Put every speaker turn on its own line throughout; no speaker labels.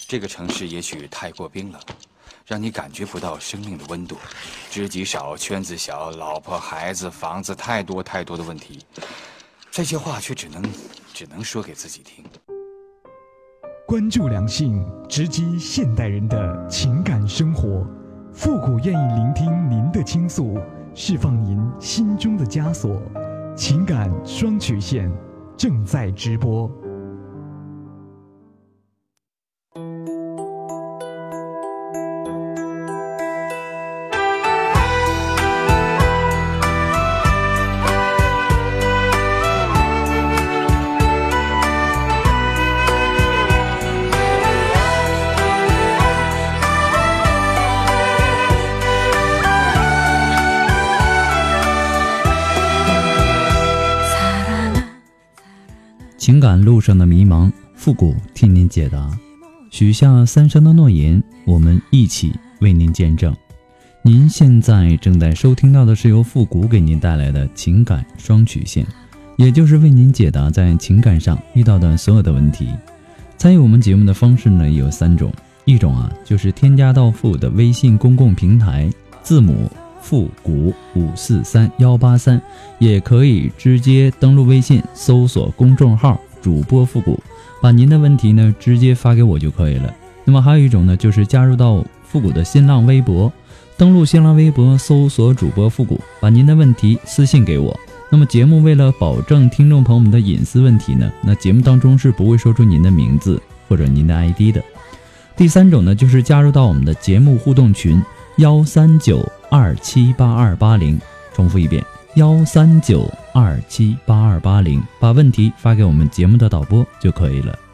这个城市也许太过冰冷，让你感觉不到生命的温度。知己少，圈子小，老婆孩子房子，太多太多的问题，这些话却只能说给自己听。
关注两性，直击现代人的情感生活。复古愿意聆听您的倾诉，释放您心中的枷锁。情感双曲线正在直播。
情感路上的迷茫，复古替您解答。许下三生的诺言，我们一起为您见证。您现在正在收听到的是由复古给您带来的情感双曲线，也就是为您解答在情感上遇到的所有的问题。参与我们节目的方式呢有3种，一种就是添加到复古的微信公共平台，字母复古543183，也可以直接登录微信搜索公众号主播复古，把您的问题呢直接发给我就可以了。那么还有一种呢，就是加入到复古的新浪微博，登录新浪微博搜索主播复古，把您的问题私信给我。那么节目为了保证听众朋友们的隐私问题呢，那节目当中是不会说出您的名字或者您的 ID 的。第3种呢，就是加入到我们的节目互动群139278280，重复一遍139278280，把问题发给我们节目的导播就可以了。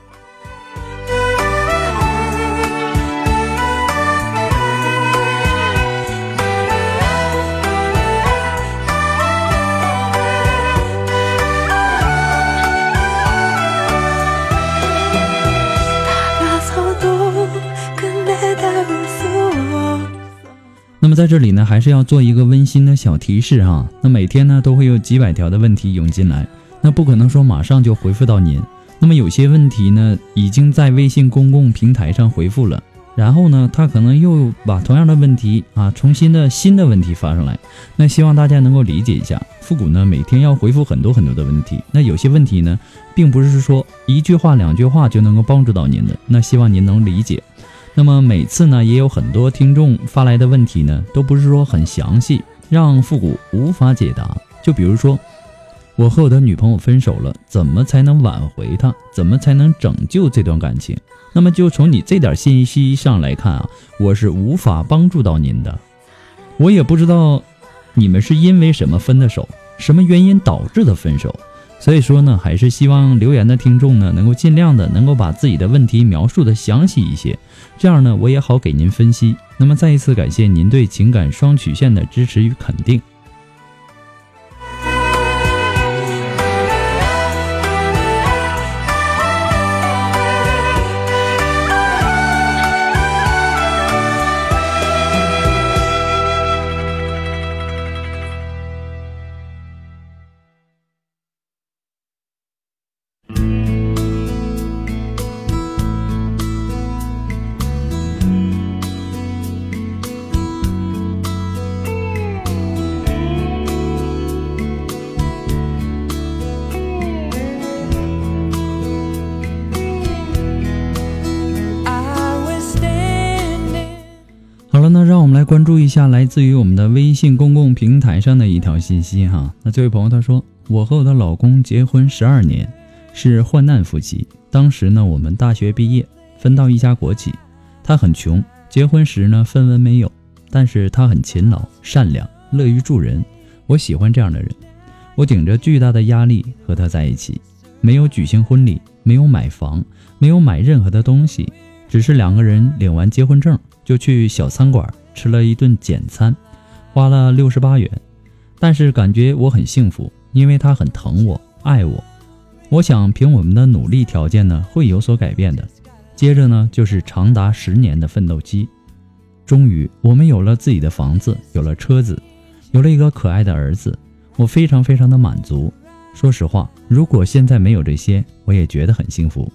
那么在这里呢，还是要做一个温馨的小提示哈。那每天呢都会有几百条的问题涌进来，那不可能说马上就回复到您。那么有些问题呢已经在微信公共平台上回复了，然后呢他可能又把同样的问题重新的新的问题发上来。那希望大家能够理解一下，复古呢每天要回复很多很多的问题，那有些问题呢并不是说一句话2句话就能够帮助到您的，那希望您能理解。那么每次呢也有很多听众发来的问题呢都不是说很详细，让复古无法解答。就比如说，我和我的女朋友分手了，怎么才能挽回她，怎么才能拯救这段感情？那么就从你这点信息上来看我是无法帮助到您的。我也不知道你们是因为什么分的手，什么原因导致的分手。所以说呢，还是希望留言的听众呢能够尽量的能够把自己的问题描述的详细一些，这样呢我也好给您分析。那么再一次感谢您对情感双曲线的支持与肯定。好了，那让我们来关注一下来自于我们的微信公共平台上的一条信息哈。那这位朋友他说，我和我的老公结婚12年，是患难夫妻。当时呢我们大学毕业，分到一家国企。他很穷，结婚时呢分文没有，但是他很勤劳善良，乐于助人。我喜欢这样的人。我顶着巨大的压力和他在一起，没有举行婚礼，没有买房，没有买任何的东西，只是2个人领完结婚证就去小餐馆吃了一顿简餐，花了68元。但是感觉我很幸福，因为他很疼我爱我。我想凭我们的努力条件呢会有所改变的。接着呢就是长达10年的奋斗期，终于我们有了自己的房子，有了车子，有了一个可爱的儿子。我非常非常的满足。说实话，如果现在没有这些，我也觉得很幸福，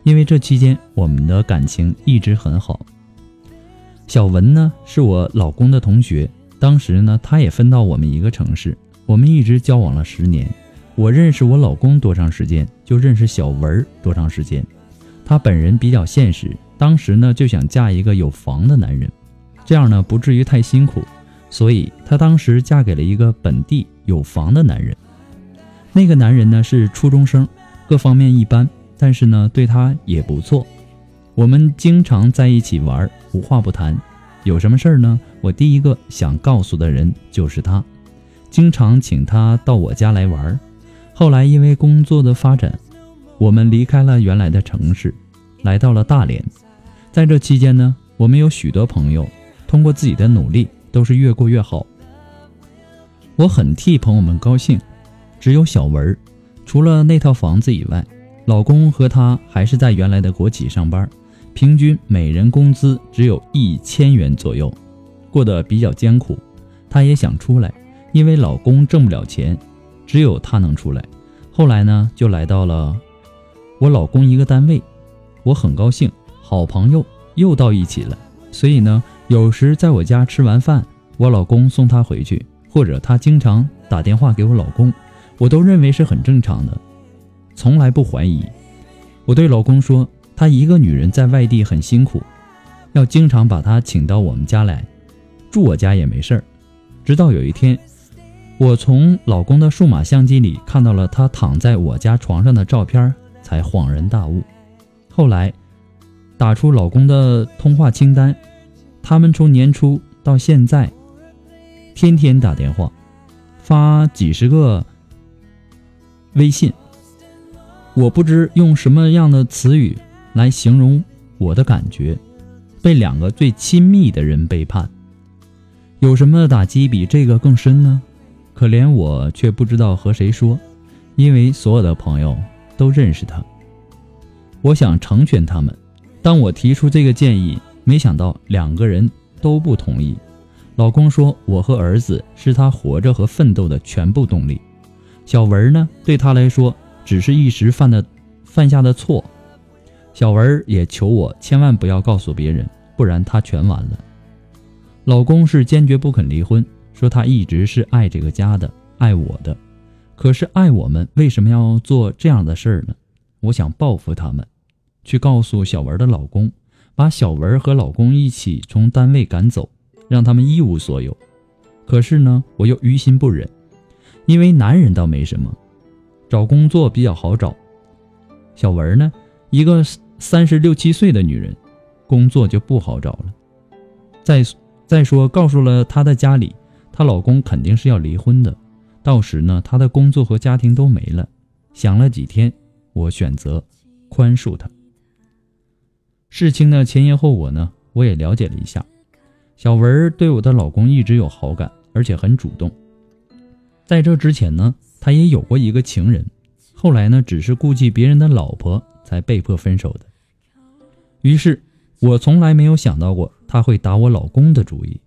因为这期间我们的感情一直很好。小文呢是我老公的同学，当时呢他也分到我们一个城市，我们一直交往了10年。我认识我老公多长时间，就认识小文多长时间。她本人比较现实，当时呢就想嫁一个有房的男人，这样呢不至于太辛苦，所以她当时嫁给了一个本地有房的男人。那个男人呢是初中生，各方面一般，但是呢对她也不错。我们经常在一起玩，无话不谈。有什么事儿呢，我第一个想告诉的人就是他，经常请他到我家来玩。后来因为工作的发展，我们离开了原来的城市，来到了大连。在这期间呢，我们有许多朋友通过自己的努力都是越过越好。我很替朋友们高兴。只有小文，除了那套房子以外，老公和她还是在原来的国企上班，平均每人工资只有1000元左右，过得比较艰苦。她也想出来，因为老公挣不了钱，只有她能出来。后来呢，就来到了我老公一个单位，我很高兴，好朋友又到一起了。所以呢，有时在我家吃完饭，我老公送她回去，或者她经常打电话给我老公，我都认为是很正常的，从来不怀疑。我对老公说，她一个女人在外地很辛苦，要经常把她请到我们家来，住我家也没事儿。直到有一天，我从老公的数码相机里看到了她躺在我家床上的照片，才恍然大悟。后来打出老公的通话清单，他们从年初到现在天天打电话，发几十个微信。我不知用什么样的词语来形容我的感觉，被2个最亲密的人背叛。有什么打击比这个更深呢？可怜我却不知道和谁说，因为所有的朋友都认识他。我想成全他们，当我提出这个建议，没想到2个人都不同意。老公说我和儿子是他活着和奋斗的全部动力，小文呢，对他来说只是一时犯下的错。小文也求我千万不要告诉别人，不然他全完了。老公是坚决不肯离婚，说他一直是爱这个家的，爱我的。可是爱我们为什么要做这样的事儿呢？我想报复他们，去告诉小文的老公，把小文和老公一起从单位赶走，让他们一无所有。可是呢，我又于心不忍，因为男人倒没什么，找工作比较好找。小文呢，一个36、7岁的女人，工作就不好找了。再说告诉了她的家里，她老公肯定是要离婚的，到时呢，她的工作和家庭都没了。想了几天，我选择宽恕她。事情的前因后果呢，我也了解了一下。小文对我的老公一直有好感，而且很主动。在这之前呢，她也有过一个情人，后来呢，只是顾忌别人的老婆才被迫分手的。于是我从来没有想到过她会打我老公的主意。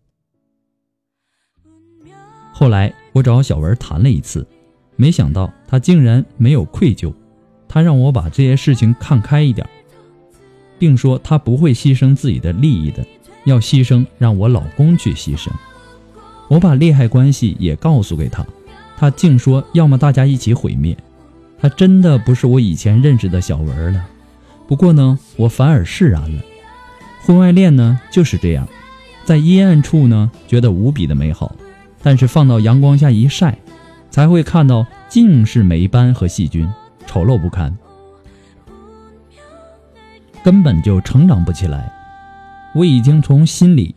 后来我找小文谈了一次，没想到她竟然没有愧疚，她让我把这些事情看开一点，并说她不会牺牲自己的利益的，要牺牲让我老公去牺牲。我把利害关系也告诉给她，她竟说要么大家一起毁灭。她真的不是我以前认识的小文了。不过呢，我反而释然了。婚外恋呢就是这样，在阴暗处呢觉得无比的美好，但是放到阳光下一晒，才会看到尽是霉斑和细菌，丑陋不堪，根本就成长不起来。我已经从心里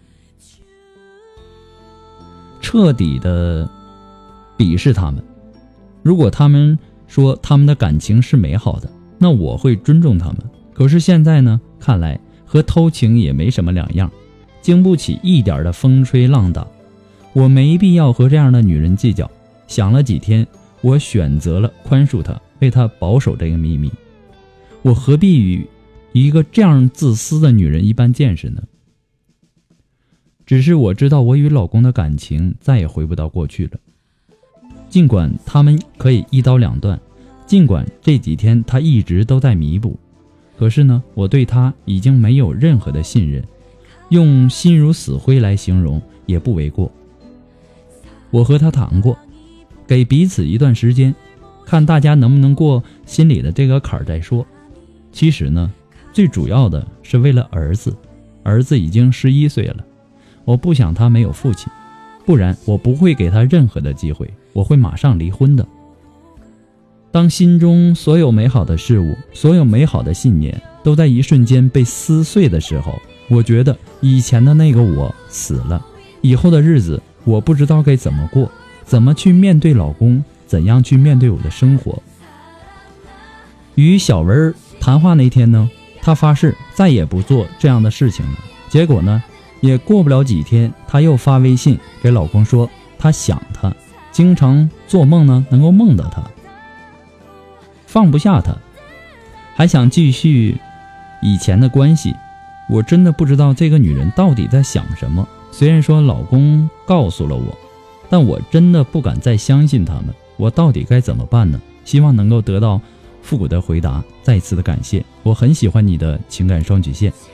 彻底的鄙视他们。如果他们说他们的感情是美好的，那我会尊重他们。可是现在呢，看来和偷情也没什么两样，经不起一点的风吹浪打。我没必要和这样的女人计较。想了几天，我选择了宽恕她，为她保守这个秘密。我何必与一个这样自私的女人一般见识呢？只是我知道我与老公的感情再也回不到过去了。尽管他们可以一刀两断，尽管这几天他一直都在弥补， 可是呢，我对他已经没有任何的信任，用心如死灰来形容也不为过。我和他谈过，给彼此一段时间，看大家能不能过心里的这个坎儿再说。其实呢，最主要的是为了儿子，儿子已经11岁了，我不想他没有父亲，不然我不会给他任何的机会，我会马上离婚的。当心中所有美好的事物，所有美好的信念都在一瞬间被撕碎的时候，我觉得以前的那个我死了，以后的日子我不知道该怎么过，怎么去面对老公，怎样去面对我的生活。与小文谈话那天呢，她发誓再也不做这样的事情了。结果呢，也过不了几天，她又发微信给老公说她想他，经常做梦呢能够梦到他，放不下他，还想继续以前的关系。我真的不知道这个女人到底在想什么。虽然说老公告诉了我，但我真的不敢再相信他们，我到底该怎么办呢？希望能够得到复古的回答。再次的感谢，我很喜欢你的情感双曲线。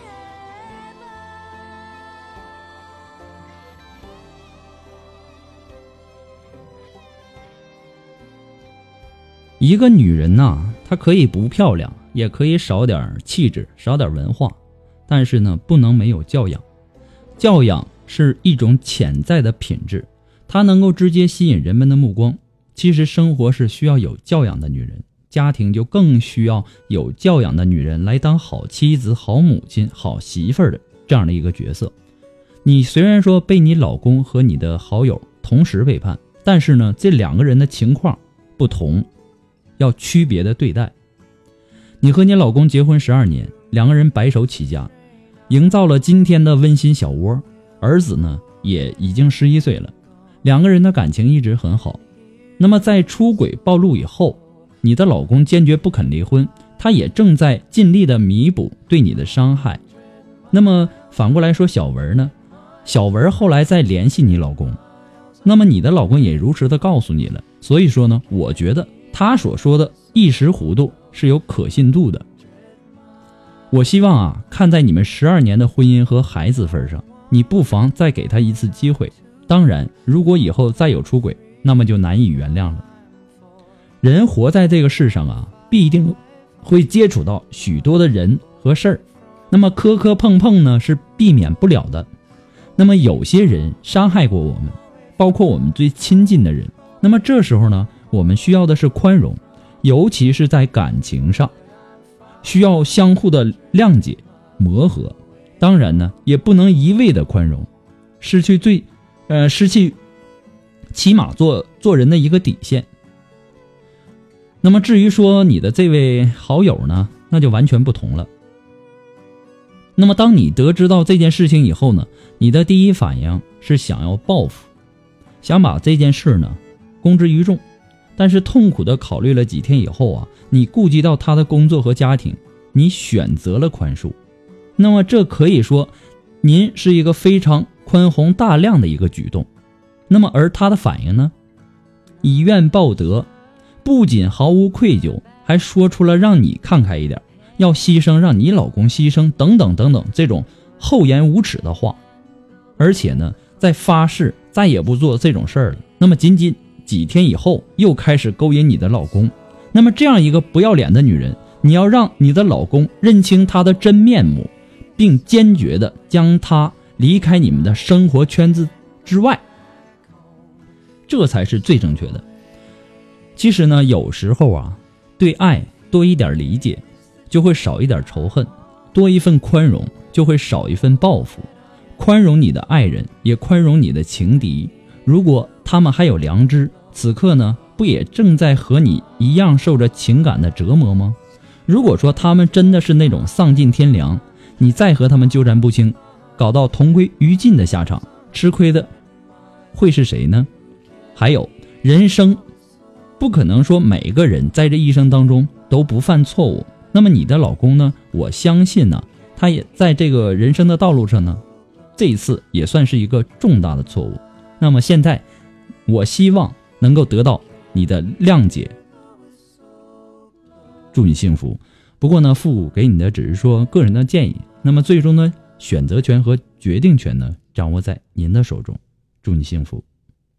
一个女人呐，她可以不漂亮，也可以少点气质，少点文化，但是呢，不能没有教养。教养是一种潜在的品质，它能够直接吸引人们的目光。其实生活是需要有教养的女人，家庭就更需要有教养的女人来当好妻子、好母亲、好媳妇儿的这样的一个角色。你虽然说被你老公和你的好友同时背叛，但是呢，这两个人的情况不同，要区别的对待。你和你老公结婚12年，两个人白手起家，营造了今天的温馨小窝，儿子呢也已经11岁了，两个人的感情一直很好。那么在出轨暴露以后，你的老公坚决不肯离婚，他也正在尽力的弥补对你的伤害。那么反过来说小文呢，小文后来再联系你老公，那么你的老公也如实的告诉你了。所以说呢，我觉得他所说的一时糊涂是有可信度的。我希望啊，看在你们12年的婚姻和孩子份上，你不妨再给他一次机会。当然，如果以后再有出轨，那么就难以原谅了。人活在这个世上啊，必定会接触到许多的人和事儿，那么磕磕碰碰呢是避免不了的。那么有些人伤害过我们，包括我们最亲近的人，那么这时候呢，我们需要的是宽容，尤其是在感情上，需要相互的谅解磨合。当然呢，也不能一味的宽容，失去起码做人的一个底线。那么至于说你的这位好友呢，那就完全不同了。那么当你得知到这件事情以后呢，你的第一反应是想要报复，想把这件事呢公之于众。但是痛苦的考虑了几天以后啊，你顾及到他的工作和家庭，你选择了宽恕。那么这可以说您是一个非常宽宏大量的一个举动。那么而他的反应呢，以怨报德，不仅毫无愧疚，还说出了让你看开一点，要牺牲，让你老公牺牲等等等等这种厚颜无耻的话。而且呢，在发誓再也不做这种事儿了。那么仅仅几天以后又开始勾引你的老公。那么这样一个不要脸的女人，你要让你的老公认清她的真面目，并坚决的将她离开你们的生活圈子之外，这才是最正确的。其实呢，有时候啊，对爱多一点理解，就会少一点仇恨；多一份宽容，就会少一份报复。宽容你的爱人，也宽容你的情敌。如果他们还有良知，此刻呢，不也正在和你一样受着情感的折磨吗？如果说他们真的是那种丧尽天良，你再和他们纠缠不清，搞到同归于尽的下场，吃亏的会是谁呢？还有，人生不可能说每个人在这一生当中都不犯错误。那么你的老公呢，我相信呢，他也在这个人生的道路上呢，这一次也算是一个重大的错误。那么现在我希望能够得到你的谅解，祝你幸福。 不过呢，父母给你的只是说个人的建议，那么最终呢，选择权和决定权呢，掌握在您的手中。祝你幸福。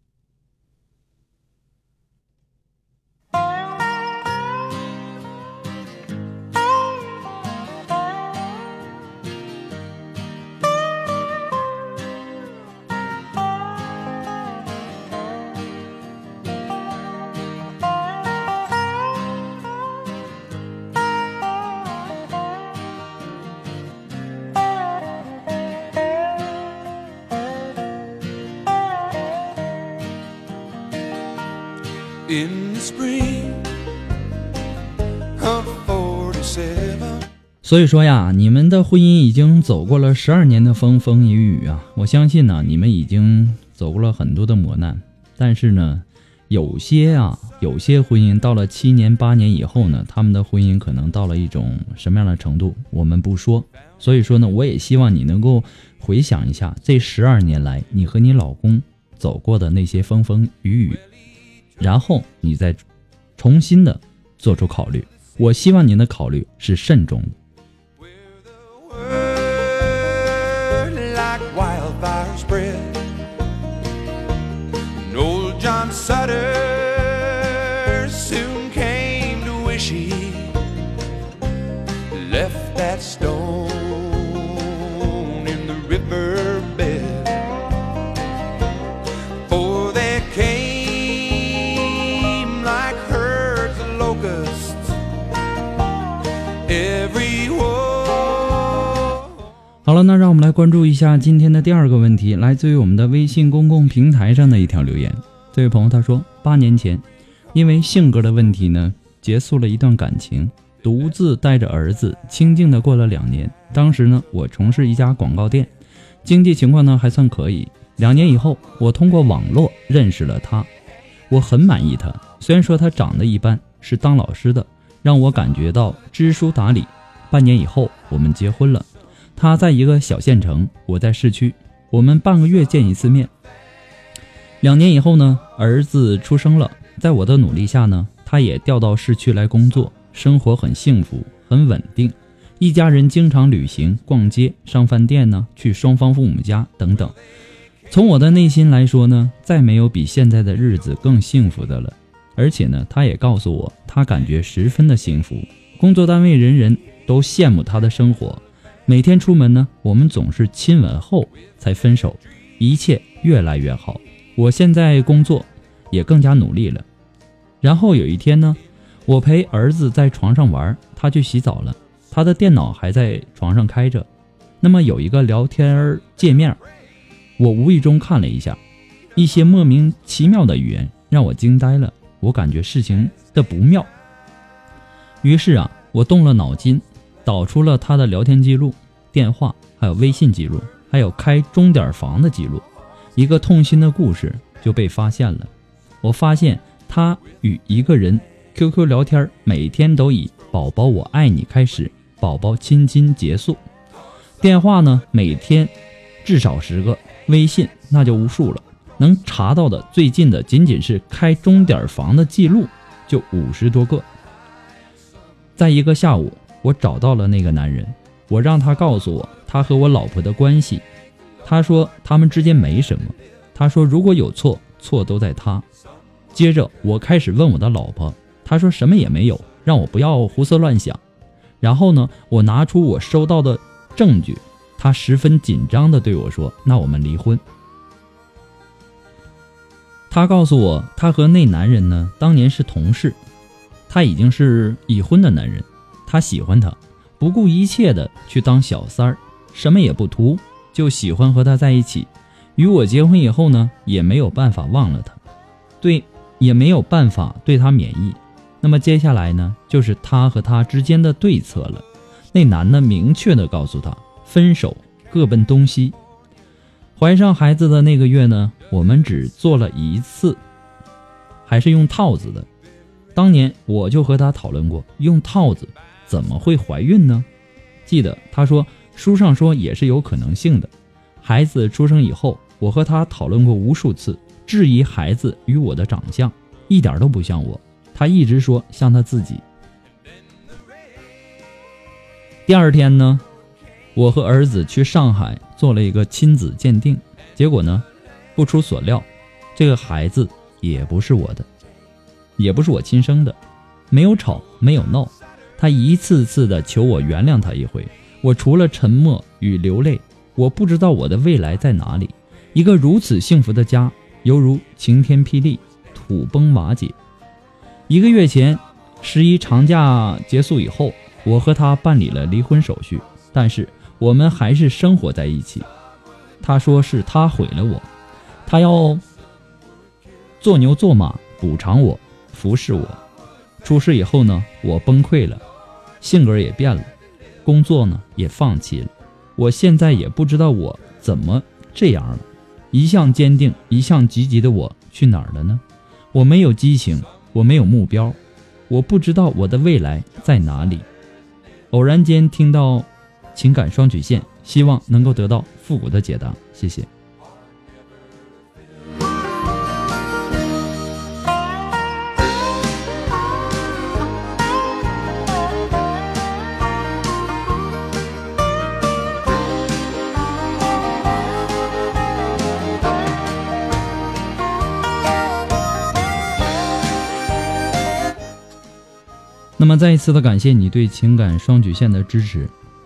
In the spring of 47。
所以说呀，你们的婚姻已经走过了12年的风风雨雨啊！我相信呢，你们已经走过了很多的磨难。但是呢，有些婚姻到了7年8年以后呢，他们的婚姻可能到了一种什么样的程度，我们不说。所以说呢，我也希望你能够回想一下这12年来你和你老公走过的那些风风雨雨，然后你再重新的做出考虑。我希望您的考虑是慎重的。
Like wildfire spread, and old John Sutter soon came to wish he left that stone in the riverbed. For there came like herds of locusts everywhere.
好了，那让我们来关注一下今天的第二个问题，来自于我们的微信公共平台上的一条留言。这位朋友他说，8年前因为性格的问题呢，结束了一段感情，独自带着儿子清静的过了2年。当时呢，我从事一家广告店，经济情况呢还算可以。2年以后，我通过网络认识了他，我很满意他，虽然说他长得一般，是当老师的，让我感觉到知书达理。半年以后，我们结婚了。他在一个小县城，我在市区，我们半个月见一次面。2年以后呢，儿子出生了，在我的努力下呢，他也调到市区来工作，生活很幸福，很稳定。一家人经常旅行、逛街、上饭店呢，去双方父母家等等。从我的内心来说呢，再没有比现在的日子更幸福的了。而且呢，他也告诉我，他感觉十分的幸福。工作单位人人都羡慕他的生活。每天出门呢，我们总是亲吻后才分手，一切越来越好。我现在工作也更加努力了。然后有一天呢，我陪儿子在床上玩，他去洗澡了，他的电脑还在床上开着。那么有一个聊天界面，我无意中看了一下，一些莫名其妙的语言让我惊呆了，我感觉事情的不妙。于是啊，我动了脑筋，导出了他的聊天记录、电话，还有微信记录，还有开钟点房的记录。一个痛心的故事就被发现了。我发现他与一个人 QQ 聊天，每天都以宝宝我爱你开始，宝宝亲亲结束。电话呢，每天至少10个，微信那就无数了，能查到的最近的仅仅是开钟点房的记录就50多个。在一个下午，我找到了那个男人，我让他告诉我他和我老婆的关系。他说他们之间没什么，他说如果有错，错都在他。接着我开始问我的老婆，她说什么也没有，让我不要胡思乱想。然后呢，我拿出我收到的证据，她十分紧张地对我说，那我们离婚。她告诉我，她和那男人呢，当年是同事，他已经是已婚的男人，他喜欢他，不顾一切的去当小三儿，什么也不图，就喜欢和他在一起。与我结婚以后呢，也没有办法忘了他，也没有办法对他免疫。那么接下来呢，就是他和他之间的对策了。那男的明确的告诉他，分手，各奔东西。怀上孩子的那个月呢，我们只做了1次，还是用套子的。当年我就和他讨论过，用套子怎么会怀孕呢？记得他说书上说也是有可能性的。孩子出生以后，我和他讨论过无数次，质疑孩子与我的长相一点都不像我，他一直说像他自己。 第二天呢，我和儿子去上海做了一个亲子鉴定，结果呢，不出所料，这个孩子也不是我的，也不是我亲生的。没有吵，没有闹，他一次次的求我原谅他一回，我除了沉默与流泪，我不知道我的未来在哪里。一个如此幸福的家，犹如晴天霹雳，土崩瓦解。1个月前，11长假结束以后，我和他办理了离婚手续，但是我们还是生活在一起。他说是他毁了我，他要做牛做马补偿我，服侍我。出事以后呢，我崩溃了，性格也变了，工作呢也放弃了。我现在也不知道我怎么这样了，一向坚定一向积极的我去哪儿了呢？我没有激情，我没有目标，我不知道我的未来在哪里。偶然间听到情感双曲线，希望能够得到复古的解答，谢谢。那么再一次的感谢你对情感双曲线的支持。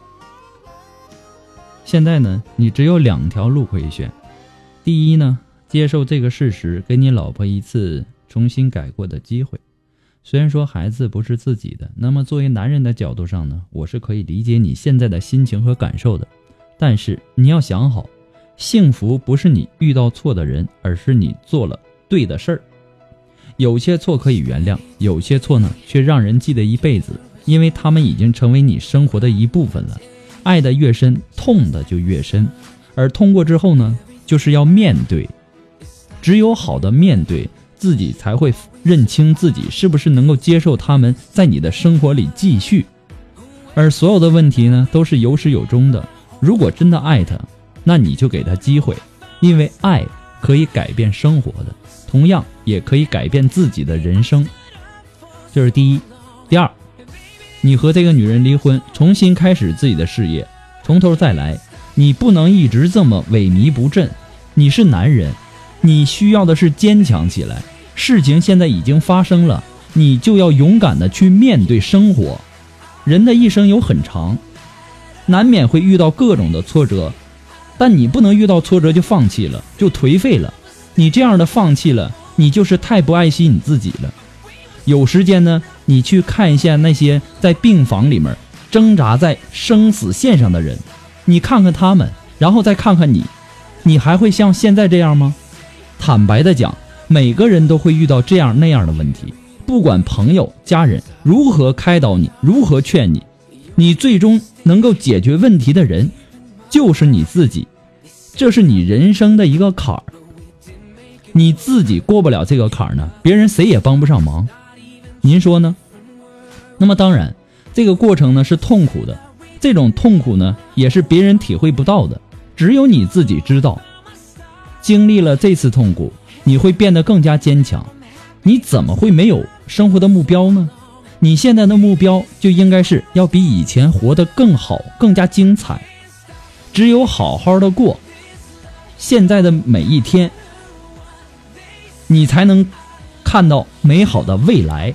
现在呢，你只有2条路可以选。第一呢，接受这个事实，给你老婆一次重新改过的机会。虽然说孩子不是自己的，那么作为男人的角度上呢，我是可以理解你现在的心情和感受的。但是你要想好，幸福不是你遇到错的人，而是你做了对的事儿。有些错可以原谅，有些错呢却让人记得一辈子，因为他们已经成为你生活的一部分了。爱的越深，痛的就越深，而痛过之后呢，就是要面对。只有好的面对，自己才会认清自己是不是能够接受他们在你的生活里继续。而所有的问题呢，都是有始有终的。如果真的爱他，那你就给他机会，因为爱可以改变生活的，同样也可以改变自己的人生。这是第一。第二，你和这个女人离婚，重新开始自己的事业，从头再来。你不能一直这么萎靡不振，你是男人，你需要的是坚强起来。事情现在已经发生了，你就要勇敢的去面对生活。人的一生有很长，难免会遇到各种的挫折，但你不能遇到挫折就放弃了，就颓废了。你这样的放弃了，你就是太不爱惜你自己了。有时间呢，你去看一下那些在病房里面挣扎在生死线上的人，你看看他们，然后再看看你，你还会像现在这样吗？坦白的讲，每个人都会遇到这样那样的问题，不管朋友家人如何开导你，如何劝你，你最终能够解决问题的人就是你自己。这是你人生的一个坎儿，你自己过不了这个坎儿呢，别人谁也帮不上忙。您说呢？那么当然，这个过程呢是痛苦的，这种痛苦呢也是别人体会不到的，只有你自己知道。经历了这次痛苦，你会变得更加坚强。你怎么会没有生活的目标呢？你现在的目标就应该是要比以前活得更好，更加精彩。只有好好的过现在的每一天，你才能看到美好的未来。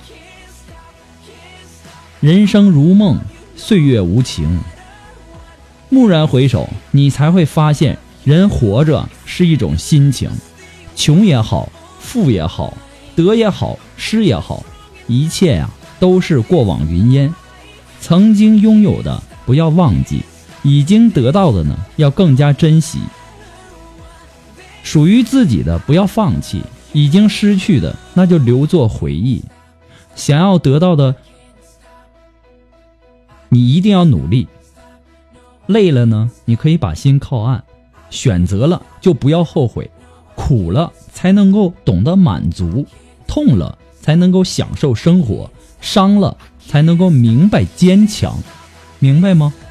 人生如梦，岁月无情。蓦然回首，你才会发现，人活着是一种心情。穷也好，富也好，得也好，失也好，一切呀，都是过往云烟。曾经拥有的不要忘记，已经得到的呢，要更加珍惜。属于自己的不要放弃，已经失去的那就留作回忆。想要得到的，你一定要努力。累了呢，你可以把心靠岸。选择了就不要后悔，苦了才能够懂得满足，痛了才能够享受生活，伤了才能够明白坚强，明白吗？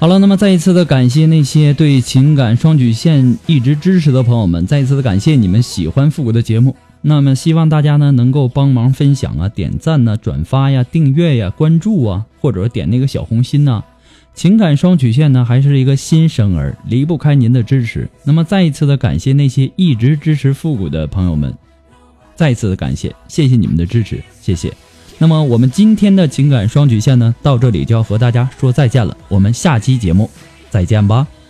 好了，那么再一次的感谢那些对情感双曲线一直支持的朋友们，再一次的感谢你们喜欢复古的节目。那么希望大家呢能够帮忙分享啊、点赞啊、转发呀、订阅呀、关注啊，或者点那个小红心啊。情感双曲线呢还是一个新生儿，离不开您的支持。那么再一次的感谢那些一直支持复古的朋友们，再一次的感谢，谢谢你们的支持，谢谢。那么我们今天的情感双曲线呢到这里就要和大家说再见了，我们下期节目再见吧。